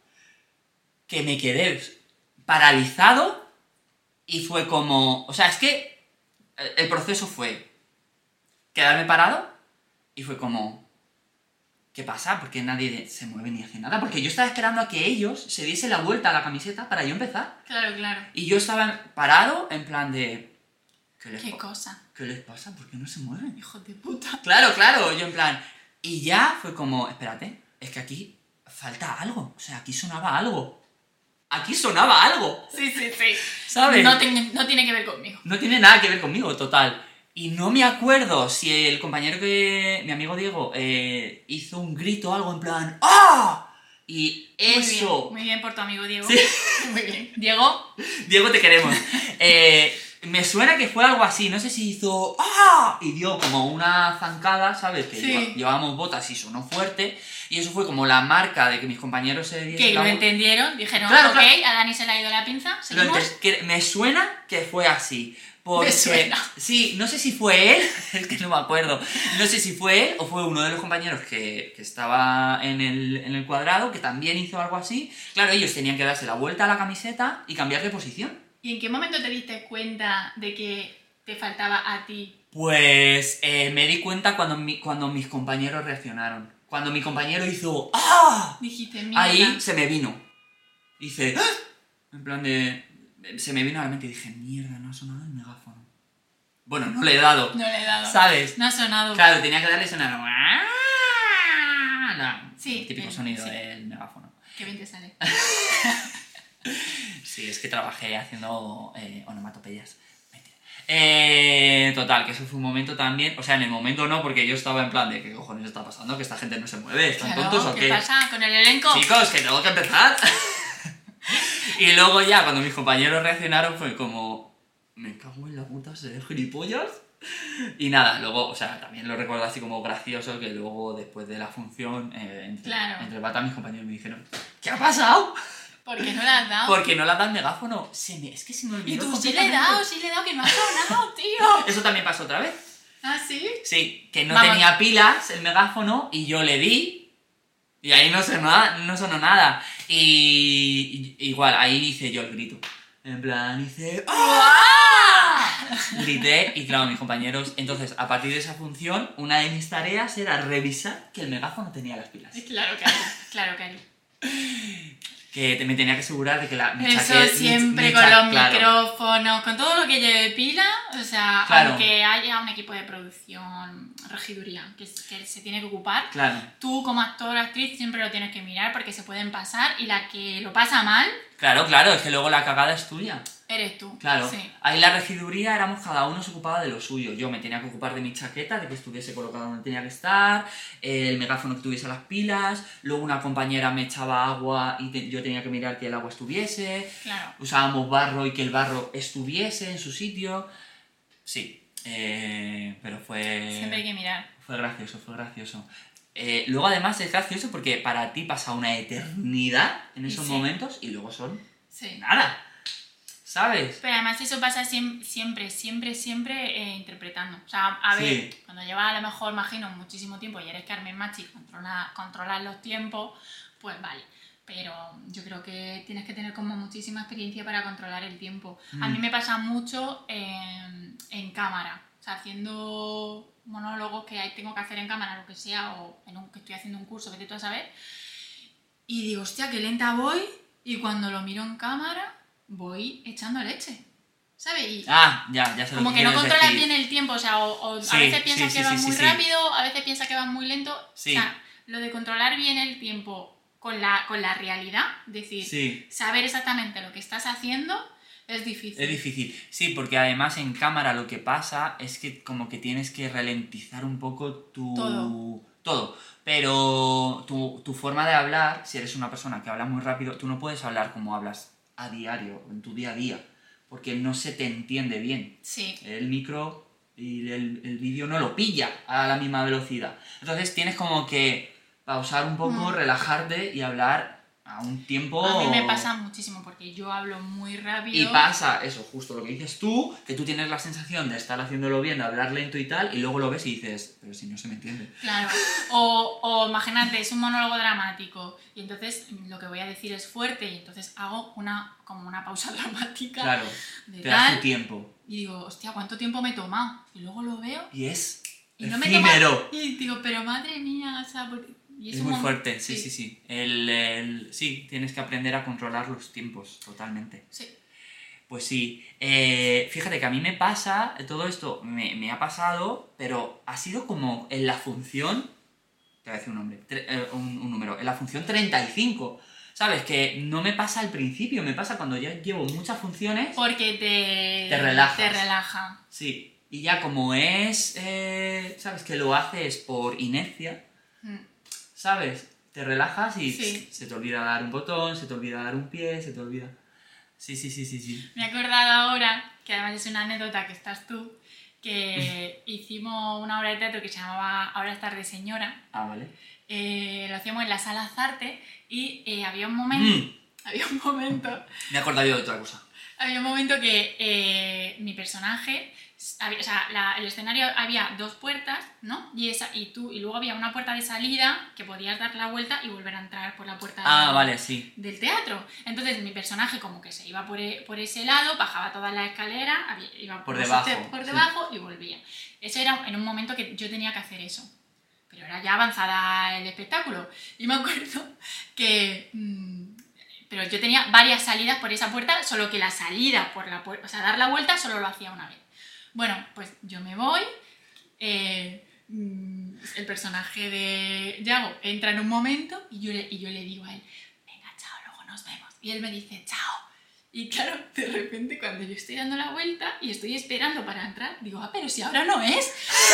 que me quedé paralizado y fue como... O sea, es que el proceso fue quedarme parado y fue como... ¿Qué pasa? Porque nadie se mueve ni hace nada. Porque yo estaba esperando a que ellos se diesen la vuelta a la camiseta para yo empezar. Claro, claro. Y yo estaba parado en plan de... ¿Qué les, ¿Qué pa- cosa? ¿Qué les pasa? ¿Por qué no se mueven? Hijo de puta. Claro, claro, yo en plan... Y ya fue como, espérate, es que aquí falta algo. O sea, aquí sonaba algo. Aquí sonaba algo. Sí, sí, sí. ¿Sabes? No, ten- no tiene que ver conmigo. No tiene nada que ver conmigo, total. Y no me acuerdo si el compañero que... Mi amigo Diego eh, hizo un grito o algo en plan... ¡Ah! Y eso... Muy bien, muy bien por tu amigo Diego. Sí. Muy bien. Diego. Diego, te queremos. Eh, me suena que fue algo así, no sé si hizo ¡ah! Y dio como una zancada, ¿sabes? Que Sí. lleva- llevábamos botas y sonó fuerte. Y eso fue como la marca de que mis compañeros se diesen Que la lo vu- entendieron. Dijeron, Claro, ok, claro. a Dani se le ha ido la pinza. Lo Seguimos. ente- que me suena que fue así. Porque, Me suena. Sí, no sé si fue él, es que no me acuerdo. No sé si fue él o fue uno de los compañeros que, que estaba en el, en el cuadrado, que también hizo algo así. Claro, ellos tenían que darse la vuelta a la camiseta y cambiar de posición. ¿Y en qué momento te diste cuenta de que te faltaba a ti? Pues eh, me di cuenta cuando, mi- cuando mis compañeros reaccionaron. Cuando mi compañero hizo ¡ah! Dijiste, mierda. Ahí se me vino. Hice ¡ah! En plan de... Se me vino a la mente y dije, mierda, no ha sonado el megáfono. Bueno, no le he dado. No le he dado. ¿Sabes? No ha sonado. Claro, tenía que darle sonar. No, Sí, el típico bien, sonido sí. del megáfono. Qué bien te sale. Sí, es que trabajé haciendo eh, onomatopeyas. Mentira. Eh, total, que eso fue un momento también. O sea, en el momento no, porque yo estaba en plan de ¿qué cojones está pasando? Que esta gente no se mueve, ¿están Claro, tontos o ¿qué qué? pasa con el elenco? Chicos, que tengo que empezar. Y luego ya, cuando mis compañeros reaccionaron, fue como... Me cago en la puta, ¿seré gilipollas? Y nada, luego, o sea, también lo recuerdo así como gracioso, que luego, después de la función, eh, entre, Claro. entre bata, mis compañeros me dijeron ¿qué ha pasado? ¿Por qué no le has dado? Porque no le has dado el megáfono. Se me, es que se me olvidó Y tú, sí le he completamente. dado, sí le he dado, que no ha sonado, tío. Eso también pasó otra vez. ¿Ah, sí? Sí, que no Vamos. tenía pilas el megáfono y yo le di y ahí no sonó, nada- no sonó nada. Y, y- igual, ahí hice yo el grito. En plan, hice... ¡ah! Grité y claro, mis compañeros... Entonces, a partir de esa función, una de mis tareas era revisar que el megáfono tenía las pilas. Claro que hay, claro que hay. Que te- me tenía que asegurar de que la... mi Eso chaquet- mi- siempre mi con cha- los claro. micrófonos, con todo lo que lleve pila, o sea, Claro. aunque haya un equipo de producción, regiduría, que, s- que se tiene que ocupar, Claro, tú como actor o actriz siempre lo tienes que mirar porque se pueden pasar y la que lo pasa mal, claro, claro, es que luego la cagada es tuya. Eres tú. Claro, Sí. ahí la regiduría éramos cada uno se ocupaba de lo suyo. Yo me tenía que ocupar de mi chaqueta, de que estuviese colocada donde tenía que estar, el megáfono que tuviese las pilas, luego una compañera me echaba agua y te- yo tenía que mirar que el agua estuviese, Claro. usábamos barro y que el barro estuviese en su sitio. Sí, eh, pero fue... Siempre hay que mirar. Fue gracioso, fue gracioso. Eh, luego además es gracioso porque para ti pasa una eternidad en esos Sí. momentos y luego son Sí. nada, ¿sabes? Pero además eso pasa siem- siempre, siempre, siempre eh, interpretando. O sea, a ver, Sí. cuando llevas a lo mejor, imagino, muchísimo tiempo y eres Carmen Machi, controla, controlas los tiempos, pues vale. Pero yo creo que tienes que tener como muchísima experiencia para controlar el tiempo. A Mm. mí me pasa mucho en, en cámara. O sea, haciendo monólogos que hay- tengo que hacer en cámara, lo que sea, o en un, que estoy haciendo un curso, vete tú a saber. Y digo, hostia, qué lenta voy. Y cuando lo miro en cámara, voy echando leche. ¿Sabes? Y Ah, ya, ya sé lo como que que no quieres controlas decir. bien el tiempo, o sea, o, o Sí, a veces piensas sí, que sí, vas sí, muy sí. rápido, a veces piensas que vas muy lento. Sí. O sea, lo de controlar bien el tiempo con la, con la realidad, es decir, Sí. saber exactamente lo que estás haciendo, es difícil. Es difícil, sí, porque además en cámara lo que pasa es que como que tienes que ralentizar un poco tu... Todo. Todo. Pero tu, tu forma de hablar, si eres una persona que habla muy rápido, tú no puedes hablar como hablas a diario, en tu día a día, porque no se te entiende bien. Sí, El micro y el, el vídeo no lo pilla a la misma velocidad. Entonces tienes como que pausar un poco, Mm. relajarte y hablar a un tiempo... a mí me pasa muchísimo porque yo hablo muy rápido. Y pasa eso, justo lo que dices tú, que tú tienes la sensación de estar haciéndolo bien, de hablar lento y tal, y luego lo ves y dices, pero si no se me entiende. Claro, o, o imagínate, es un monólogo dramático y entonces lo que voy a decir es fuerte y entonces hago una como una pausa dramática Claro, de te das tal tu tiempo. y digo, hostia, ¿cuánto tiempo me he tomado? Y luego lo veo Y es y no me he efímero. tomado y digo, pero madre mía, o sea, porque... y Es un muy mon- fuerte, sí, sí, sí. El, el- sí, tienes que aprender a controlar los tiempos, totalmente. Sí. Pues sí, eh, fíjate que a mí me pasa, todo esto me, me ha pasado, pero ha sido como en la función, te voy a decir un nombre, tre- eh, un, un número, en la función treinta y cinco, ¿sabes? Que no me pasa al principio, me pasa cuando ya llevo muchas funciones, Porque te... Te relajas. Te relaja. sí, y ya como es, eh, ¿sabes? Que lo haces por inercia, Mm. ¿sabes? Te relajas y Sí. se te olvida dar un botón, se te olvida dar un pie, se te olvida... Sí, sí, sí, sí, sí. Me he acordado ahora, que además es una anécdota que estás tú, que hicimos una obra de teatro que se llamaba Ahora es tarde señora. Ah, vale. Eh, lo hacíamos en la sala Azarte y eh, había un momento, Mm, había un momento, me he acordado yo de otra cosa. había un momento que eh, mi personaje, había- o sea, la- el escenario había dos puertas, ¿no? Y esa y tú y luego había una puerta de salida que podías dar la vuelta y volver a entrar por la puerta Ah, de- vale, sí. del teatro. Entonces mi personaje como que se iba por, e- por ese lado, bajaba todas las escaleras, había- iba Por los debajo, este- por sí. debajo y volvía. Eso era en un momento que yo tenía que hacer eso. Pero era ya avanzada el espectáculo. Y me acuerdo que... mm, pero yo tenía varias salidas por esa puerta, solo que la salida por la puerta, o sea, dar la vuelta solo lo hacía una vez. Bueno, pues yo me voy, eh, mm, el personaje de Yago entra en un momento y yo, le, y yo le digo a él, venga, chao, luego nos vemos. Y él me dice, chao. Y claro, de repente cuando yo estoy dando la vuelta y estoy esperando para entrar, digo, ah, pero si ahora no es.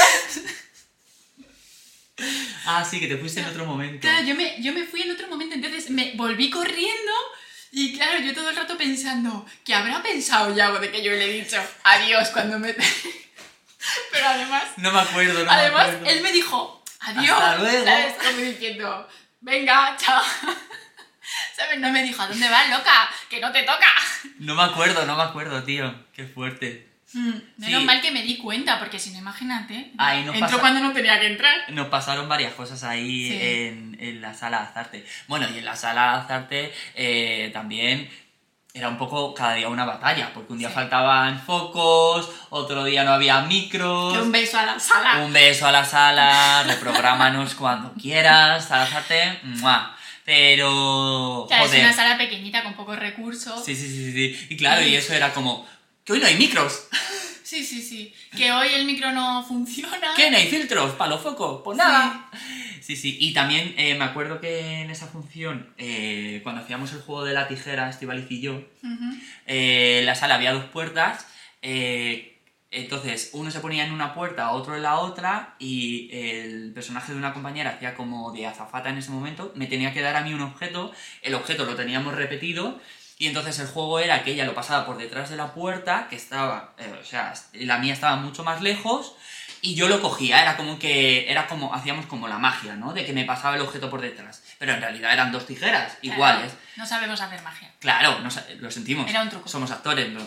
Ah, sí, que te fuiste en otro momento. Claro, yo me, yo me fui en otro momento, entonces me volví corriendo y claro, yo todo el rato pensando, ¿qué habrá pensado Yago de que yo le he dicho adiós cuando me... Pero además, No me acuerdo, no además me acuerdo. él me dijo adiós, Hasta luego. ¿sabes? Como diciendo, venga, chao. ¿Sabes? No me dijo, ¿a dónde vas, loca? Que no te toca. No me acuerdo, no me acuerdo, tío. Qué fuerte. Mm, menos Sí. mal que me di cuenta, porque si no, imagínate, Ahí nos entró pasa- cuando no tenía que entrar. Nos pasaron varias cosas ahí Sí. en, en la sala de Azarte. Bueno, y en la sala de Azarte eh, también era un poco cada día una batalla, porque un día Sí. faltaban focos, otro día no había micros. Que un beso a la sala. Un beso a la sala, reprográmanos cuando quieras, sala de Azarte, ¡mua! Pero, Claro, es joder, una sala pequeñita con pocos recursos. sí, sí, sí, sí, sí. Y claro, y eso era como, que hoy no hay micros, Sí, sí, sí. Que hoy el micro no funciona. que no hay filtros para los focos, pues nada. Sí, sí. Y también eh, me acuerdo que en esa función, eh, cuando hacíamos el juego de la tijera, Estíbaliz y yo, Uh-huh. eh, en la sala había dos puertas, eh, entonces uno se ponía en una puerta, otro en la otra, y el personaje de una compañera hacía como de azafata en ese momento, me tenía que dar a mí un objeto, el objeto lo teníamos repetido, y entonces el juego era que ella lo pasaba por detrás de la puerta, que estaba, eh, o sea, la mía estaba mucho más lejos, y yo lo cogía, era como que, era como, hacíamos como la magia, ¿no? De que me pasaba el objeto por detrás, pero en realidad eran dos tijeras, Claro, iguales. no sabemos hacer magia. Claro, no, sa- lo sentimos. Era un truco. Somos actores. ¿No?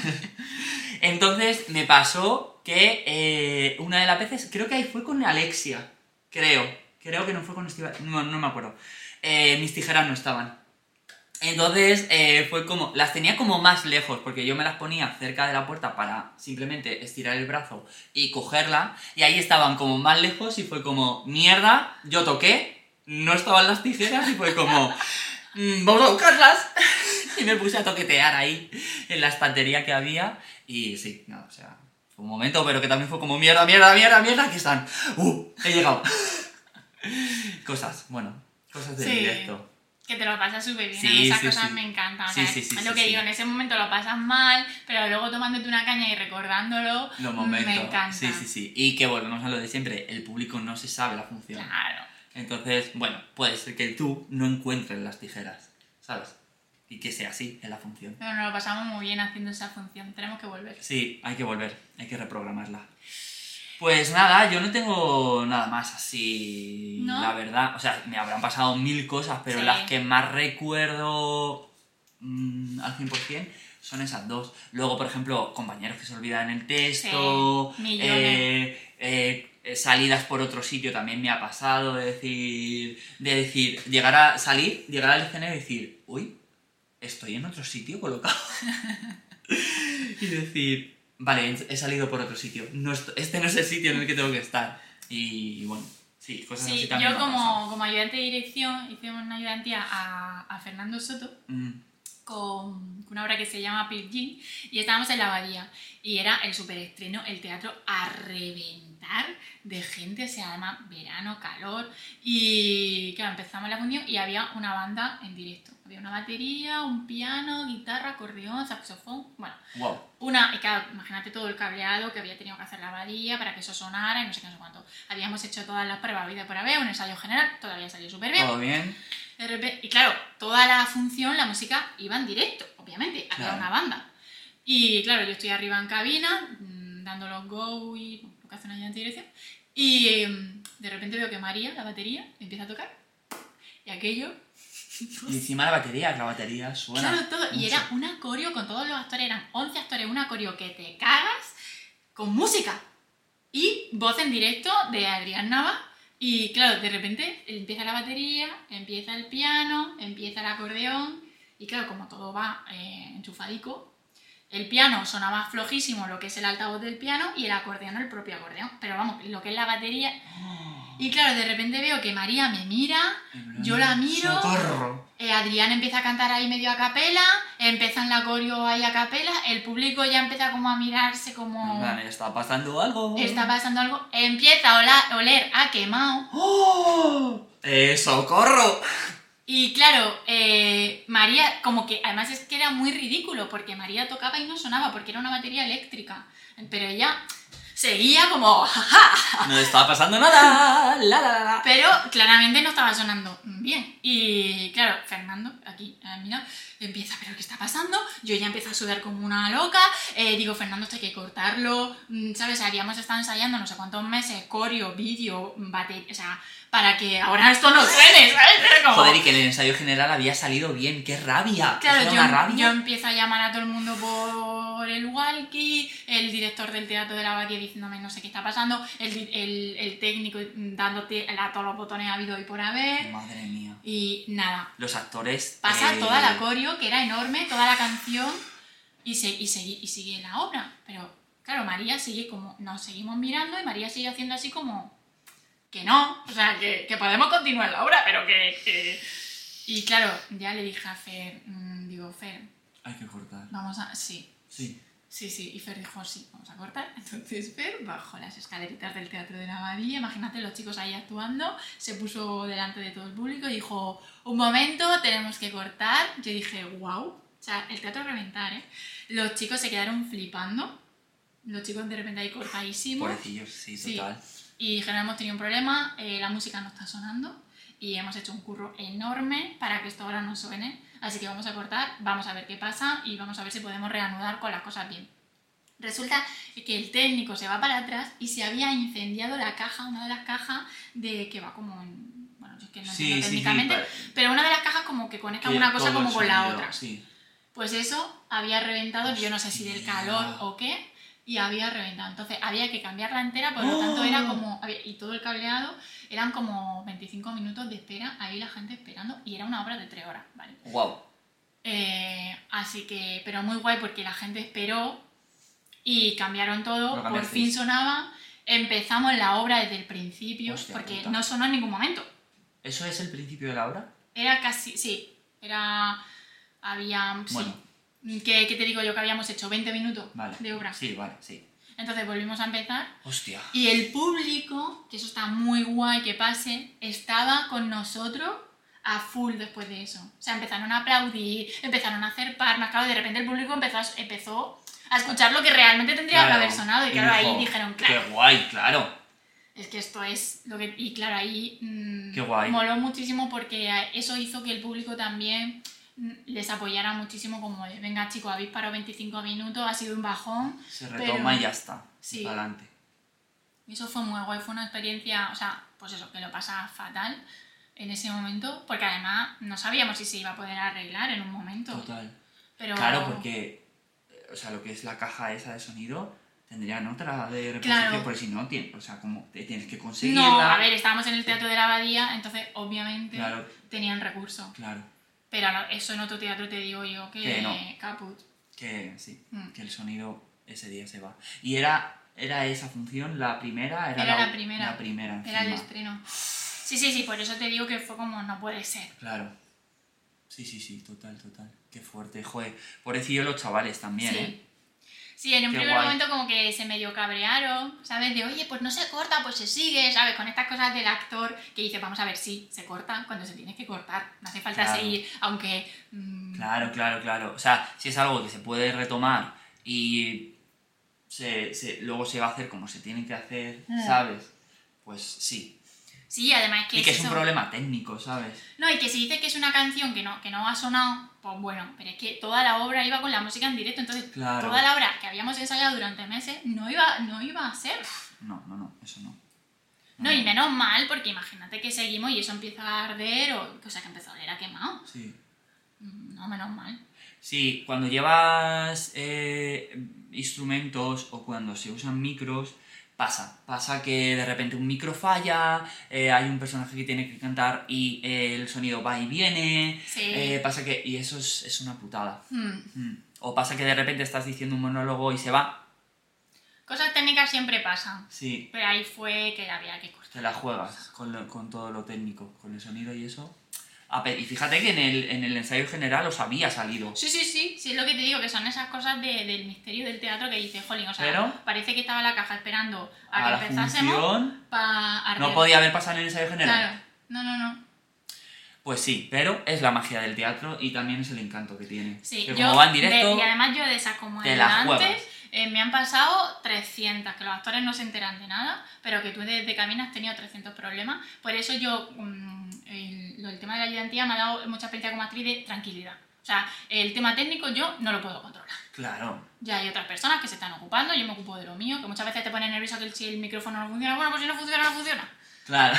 Entonces me pasó que eh, una de las veces, creo que ahí fue con Alexia, creo, creo que no fue con Estíbaliz, no, no me acuerdo. Eh, mis tijeras no estaban. Entonces eh, fue como, las tenía como más lejos, porque yo me las ponía cerca de la puerta para simplemente estirar el brazo y cogerla, y ahí estaban como más lejos y fue como, mierda, yo toqué, no estaban las tijeras y fue como, "Mm, vamos a buscarlas". Y me puse a toquetear ahí en la estantería que había y sí, no, o sea, fue un momento, pero que también fue como, mierda, mierda, mierda, mierda, aquí están. ¡Uh! He llegado. Cosas, bueno, cosas de Sí. directo. Que te lo pasas súper bien, Sí, a mí esas sí, cosas sí. me encantan. O Sí, sea, sí, sí, es sí, lo que sí. digo, en ese momento lo pasas mal, pero luego tomándote una caña y recordándolo, Los momentos. me encanta. Sí, sí, sí. Y que volvemos a lo de siempre, el público no se sabe la función. Claro. Entonces, bueno, puede ser que tú no encuentres las tijeras, ¿sabes? Y que sea así en la función. Pero nos lo pasamos muy bien haciendo esa función, tenemos que volver. Sí, hay que volver, hay que reprogramarla. Pues nada, yo no tengo nada más así, ¿No? la verdad. O sea, me habrán pasado mil cosas, pero Sí. las que más recuerdo mm, al cien por cien son esas dos. Luego, por ejemplo, compañeros que se olvidan el texto, Sí, millones. eh, eh, eh, salidas por otro sitio también me ha pasado, de decir, de decir, llegar a salir, llegar al escenario y decir, uy, estoy en otro sitio colocado. Y decir, vale, he salido por otro sitio. No est- este no es el sitio en el que tengo que estar. Y bueno, sí, cosas así Sí, también. yo me han pasado. como, como ayudante de dirección hice una ayudantía a, a Fernando Soto Mm, con una obra que se llama Pirgin y estábamos en la abadía y era el superestreno, el teatro a reventar de gente, o sea, además verano, calor y claro, empezamos la función y había una banda en directo, había una batería, un piano, guitarra, acordeón, saxofón, bueno, wow. una, y claro, imagínate todo el cableado que había tenido que hacer la abadía para que eso sonara y no sé qué, no sé cuánto. Habíamos hecho todas las pruebas vida por haber, un ensayo general, todavía salió súper bien. ¿Todo bien? De repente, y claro, toda la función, la música iba en directo, obviamente, había Claro. una banda. Y claro, yo estoy arriba en cabina, mmm, dando los go y lo que hace una ayudante de dirección. Y mmm, de repente veo que María, la batería, empieza a tocar. Y aquello... Y encima la batería, la batería suena. Claro, todo. Y mucho. era una coreo con todos los actores, eran once actores, una coreo que te cagas con música. Y voz en directo de Adrián Nava. Y claro, de repente empieza la batería, empieza el piano, empieza el acordeón. Y claro, como todo va eh, enchufadico, el piano sonaba flojísimo, lo que es el altavoz del piano, y el acordeón el propio acordeón. Pero vamos, lo que es la batería... Y claro, de repente veo que María me mira, yo la miro, ¡Socorro! eh, Adrián empieza a cantar ahí medio a capela, empiezan la coreo ahí a capela, el público ya empieza como a mirarse como... Vale, está pasando algo. Está pasando algo, empieza a ola- oler a quemado. ¡Oh! ¡Eh, socorro! Y claro, eh, María, como que además es que era muy ridículo, porque María tocaba y no sonaba, porque era una batería eléctrica. Pero ella seguía como... ¡jaja! No estaba pasando nada. La, la, la, la. Pero claramente no estaba sonando bien. Y claro, Fernando, aquí, a mi lado, empieza, ¿pero qué está pasando? Yo ya empiezo a sudar como una loca. Eh, digo, Fernando, esto hay que cortarlo. Mm, ¿Sabes? Habíamos estado ensayando no sé cuántos meses, coreo, vídeo, batería, o sea, para que ahora esto no suene, ¿sabes? Pero como- Joder, y que el ensayo general había salido bien. ¡Qué rabia! Claro, Eso yo, era una rabia. yo empiezo a llamar a todo el mundo por el walkie, el director del teatro de la abadía diciéndome no sé qué está pasando, el, di- el, el técnico dándote a todos los botones habido y por haber, Madre mía. y nada. Los actores... Pasa eh, toda la coreo, que era enorme, toda la canción, y, se, y, segui- y sigue la obra. Pero claro, María sigue como, nos seguimos mirando y María sigue haciendo así como, que no, o sea, que, que podemos continuar la obra, pero que... que... Y claro, ya le dije a Fer, mm, digo, Fer, Hay que cortar. vamos a... Sí. Sí. Sí, sí, y Fer dijo, sí, vamos a cortar. Entonces Fer bajó las escaleritas del Teatro de la Abadía, imagínate los chicos ahí actuando, se puso delante de todo el público y dijo, un momento, tenemos que cortar. Yo dije, wow, o sea, el teatro a reventar, ¿eh? Los chicos se quedaron flipando, los chicos de repente ahí cortadísimos. Pobrecillos, sí, total. Sí. Y dijeron, hemos tenido un problema, eh, la música no está sonando y hemos hecho un curro enorme para que esto ahora no suene. Así que vamos a cortar, vamos a ver qué pasa y vamos a ver si podemos reanudar con las cosas bien. Resulta que el técnico se va para atrás y se había incendiado la caja, una de las cajas de que va como en... Bueno, yo es que no Sí, entiendo sí, técnicamente, sí, para- pero una de las cajas como que conecta que una cosa todo como el con la sonido, otra. Sí. Pues eso había reventado, yo no sé si del Hostia. calor o qué, y había reventado. Entonces había que cambiarla entera, por lo tanto era como... Y todo el cableado eran como veinticinco minutos de espera, ahí la gente esperando, y era una obra de tres horas, ¿vale? Wow. Eh, así que, pero muy guay porque la gente esperó y cambiaron todo, Lo por cambiasteis. fin sonaba, empezamos la obra desde el principio, Hostia porque puta. no sonó en ningún momento. ¿Eso es el principio de la obra? Era casi, sí, era, había, sí. Bueno. ¿Qué, qué te digo yo? Que habíamos hecho veinte minutos Vale. de obra. Sí, vale, sí. Entonces volvimos a empezar Hostia. y el público, que eso está muy guay que pase, estaba con nosotros a full después de eso. O sea, empezaron a aplaudir, empezaron a hacer palmas, claro, de repente el público empezó a, empezó a escuchar lo que realmente tendría que haber sonado y claro, dijo, ahí dijeron, claro, Qué guay, claro. es que esto es lo que... Y claro, ahí mmm, Qué guay. moló muchísimo porque eso hizo que el público también mm, les apoyara muchísimo como de, venga chicos, habéis parado veinticinco minutos, ha sido un bajón. Se retoma pero- y ya está. Sí. Y para adelante. Y eso fue muy guay, fue una experiencia, o sea, pues eso, que lo pasa fatal en ese momento, porque además no sabíamos si se iba a poder arreglar en un momento. Total. Pero... Claro, porque, eh, o sea, lo que es la caja esa de sonido tendrían otra de reposición, Claro. porque si no, tien- o sea, como te tienes que conseguirla. No, a ver, estábamos en el Teatro de la Abadía, entonces obviamente Claro. tenían recursos. Claro, Pero no, eso en otro teatro te digo yo que, Que no. caput. que sí, Mm. que el sonido ese día se va. Y era, era esa función, la primera, era, Era la, la primera. La primera Era el encima. estreno. Sí, sí, sí, por eso te digo que fue como, no puede ser. Claro. Sí, sí, sí, total, total. Qué fuerte, joder. Pobrecillo los chavales también, Sí. ¿eh? Sí, en un Qué primer guay. momento como que se medio cabrearon, ¿sabes? De, oye, pues no se corta, pues se sigue, ¿sabes? Con estas cosas del actor que dice, vamos a ver, sí, se corta cuando se tiene que cortar. No hace falta Claro. seguir, aunque... mm, Claro, claro, claro. O sea, si es algo que se puede retomar y se, se- luego se va a hacer como se tiene que hacer, Mm. ¿sabes? Pues sí. Sí, además que Y que es eso. un problema técnico, ¿sabes? No, y que si dice que es una canción que no, que no ha sonado, pues bueno, pero es que toda la obra iba con la música en directo, entonces Claro. toda la obra que habíamos ensayado durante meses no iba, no iba a ser. No, no, no, eso no. No, y menos mal, porque imagínate que seguimos y eso empieza a arder, o, o sea, que empezó a oler a quemado. Sí. Mm, No, menos mal. Sí, cuando llevas eh, instrumentos o cuando se usan micros, pasa. Pasa que de repente un micro falla, eh, hay un personaje que tiene que cantar y eh, el sonido va y viene. Sí. eh, pasa que... Y eso es, es una putada. Mm. Mm. O pasa que de repente estás diciendo un monólogo y se va. Cosas técnicas siempre pasan, Sí, pero ahí fue que había que cortar. te la juegas con, lo- con todo lo técnico, con el sonido y eso. Ah, pe- y fíjate que en el, en el ensayo general os había salido. Sí, sí, sí, sí, es lo que te digo, que son esas cosas de- del misterio del teatro que dice, jolín, o sea, Pero- parece que estaba la caja esperando a, A la que empezásemos función para arder. no podía haber pasado en el ensayo general. Claro, no, no, no. Pues sí, pero es la magia del teatro y también es el encanto que tiene. Sí, que yo, como va en directo, de- y además yo de esas como te el la antes, juegas. eh, me han pasado trescientas, que los actores no se enteran de nada, pero que tú desde camino has tenido trescientos problemas. Por eso yo, mm, el, lo- el tema de la ayudantía me ha dado mucha experiencia como actriz de tranquilidad. O sea, el tema técnico yo no lo puedo controlar. claro, Ya hay otras personas que se están ocupando, yo me ocupo de lo mío, que muchas veces te pone nervioso que el, si el micrófono no funciona. Bueno, pues si no funciona, no funciona. claro.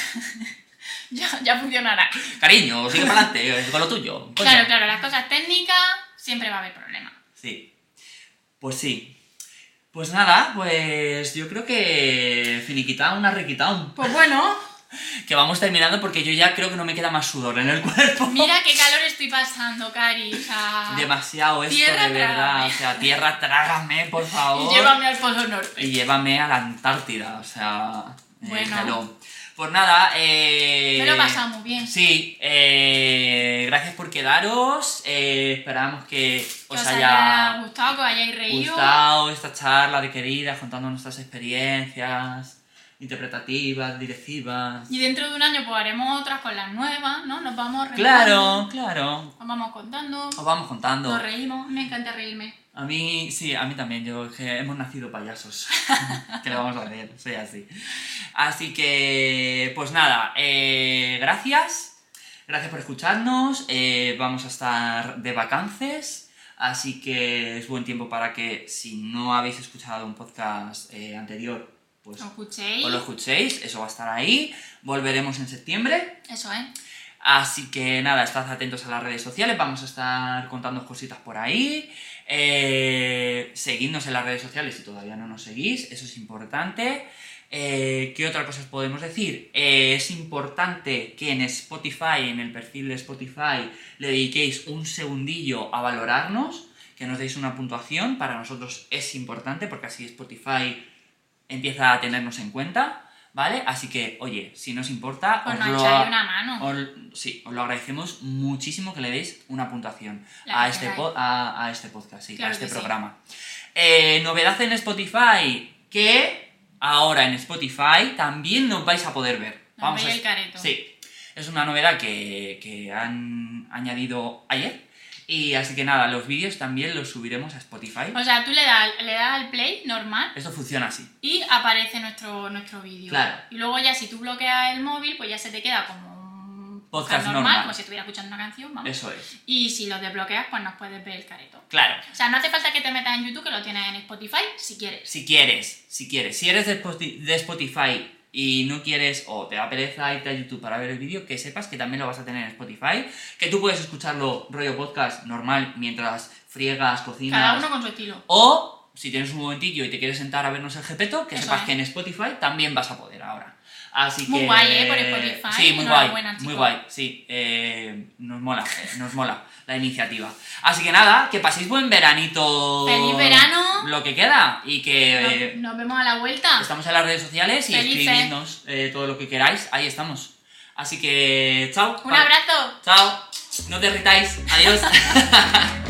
ya, ya funcionará. Cariño, sigue para adelante, con lo tuyo. coño. Claro, claro, las cosas técnicas siempre va a haber problemas. Sí. Pues sí. Pues nada, pues yo creo que finiquitado, una requitado. Pues bueno, Que vamos terminando porque yo ya creo que no me queda más sudor en el cuerpo. mira qué calor estoy pasando, Cari. O sea, Demasiado esto, Tierra, de verdad. trágame. O sea, tierra, trágame, por favor. y llévame al Polo Norte. Y llévame a la Antártida, o sea, Bueno. déjalo. Pues nada, eh... Me lo he pasado muy bien. Sí, eh... gracias por quedaros. Eh, esperamos que os, que os haya... haya gustado, que os hayáis reído. gustado esta charla de queridas, contando nuestras experiencias interpretativas, directivas. Y dentro de un año pues haremos otras con las nuevas, ¿no? Nos vamos Claro, claro. Os vamos contando. Os vamos contando. Nos reímos. Me encanta reírme. A mí, sí, a mí también. Yo es que hemos nacido payasos. ¿Qué le vamos a hacer? Soy así. Así que, pues nada, eh, gracias. Gracias por escucharnos. Eh, vamos a estar de vacances. Así que es buen tiempo para que, si no habéis escuchado un podcast eh, anterior, pues ¿Lo escuchéis? os lo escuchéis. Eso va a estar ahí. Volveremos en septiembre. Eso, ¿eh? Así que nada, estad atentos a las redes sociales. Vamos a estar contando cositas por ahí. Eh, seguidnos en las redes sociales si todavía no nos seguís. Eso es importante. Eh, ¿Qué otra cosa os podemos decir? Eh, es importante que en Spotify, en el perfil de Spotify, le dediquéis un segundillo a valorarnos, que nos deis una puntuación. Para nosotros es importante porque así Spotify empieza a tenernos en cuenta, ¿vale? Así que, oye, si nos importa, Pues os, nos lo, echáis una mano. os- sí, os lo agradecemos muchísimo que le deis una puntuación La a que este, queráis. po- a, a este podcast, sí, Claro a este que sí. programa. Eh, novedad en Spotify, que ahora en Spotify también nos vais a poder ver. Nos veis a el careto. Sí, es una novedad que, que han añadido ayer. Y así que nada, los vídeos también los subiremos a Spotify. O sea, tú le das, le das al play normal Esto funciona así. y aparece nuestro, nuestro vídeo. Claro. Y luego ya si tú bloqueas el móvil, pues ya se te queda como un Podcast normal, normal. como si estuviera escuchando una canción, vamos. Eso es. Y si lo desbloqueas, pues nos puedes ver el careto. Claro. O sea, no hace falta que te metas en YouTube, que lo tienes en Spotify, si quieres. Si quieres, si quieres. Si eres de Spoti- de Spotify y no quieres o te da pereza irte a YouTube para ver el vídeo, que sepas que también lo vas a tener en Spotify, que tú puedes escucharlo rollo podcast normal mientras friegas, cocinas. Cada uno con su estilo. O si tienes un momentillo y te quieres sentar a vernos el Gepeto, que Eso sepas es. que en Spotify también vas a poder ahora. Así Muy que... guay, ¿eh? Por Spotify. Sí, muy guay, Enhorabuena, muy chicos. guay, sí. Eh, nos mola, eh, nos mola la iniciativa. Así que nada, que paséis buen veranito. ¡Feliz verano! Lo que queda y que... eh, Nos, nos vemos a la vuelta. estamos en las redes sociales y Felices. escribidnos eh, todo lo que queráis, ahí estamos. Así que, chao. Un abrazo. Chao. No te irritáis. Adiós.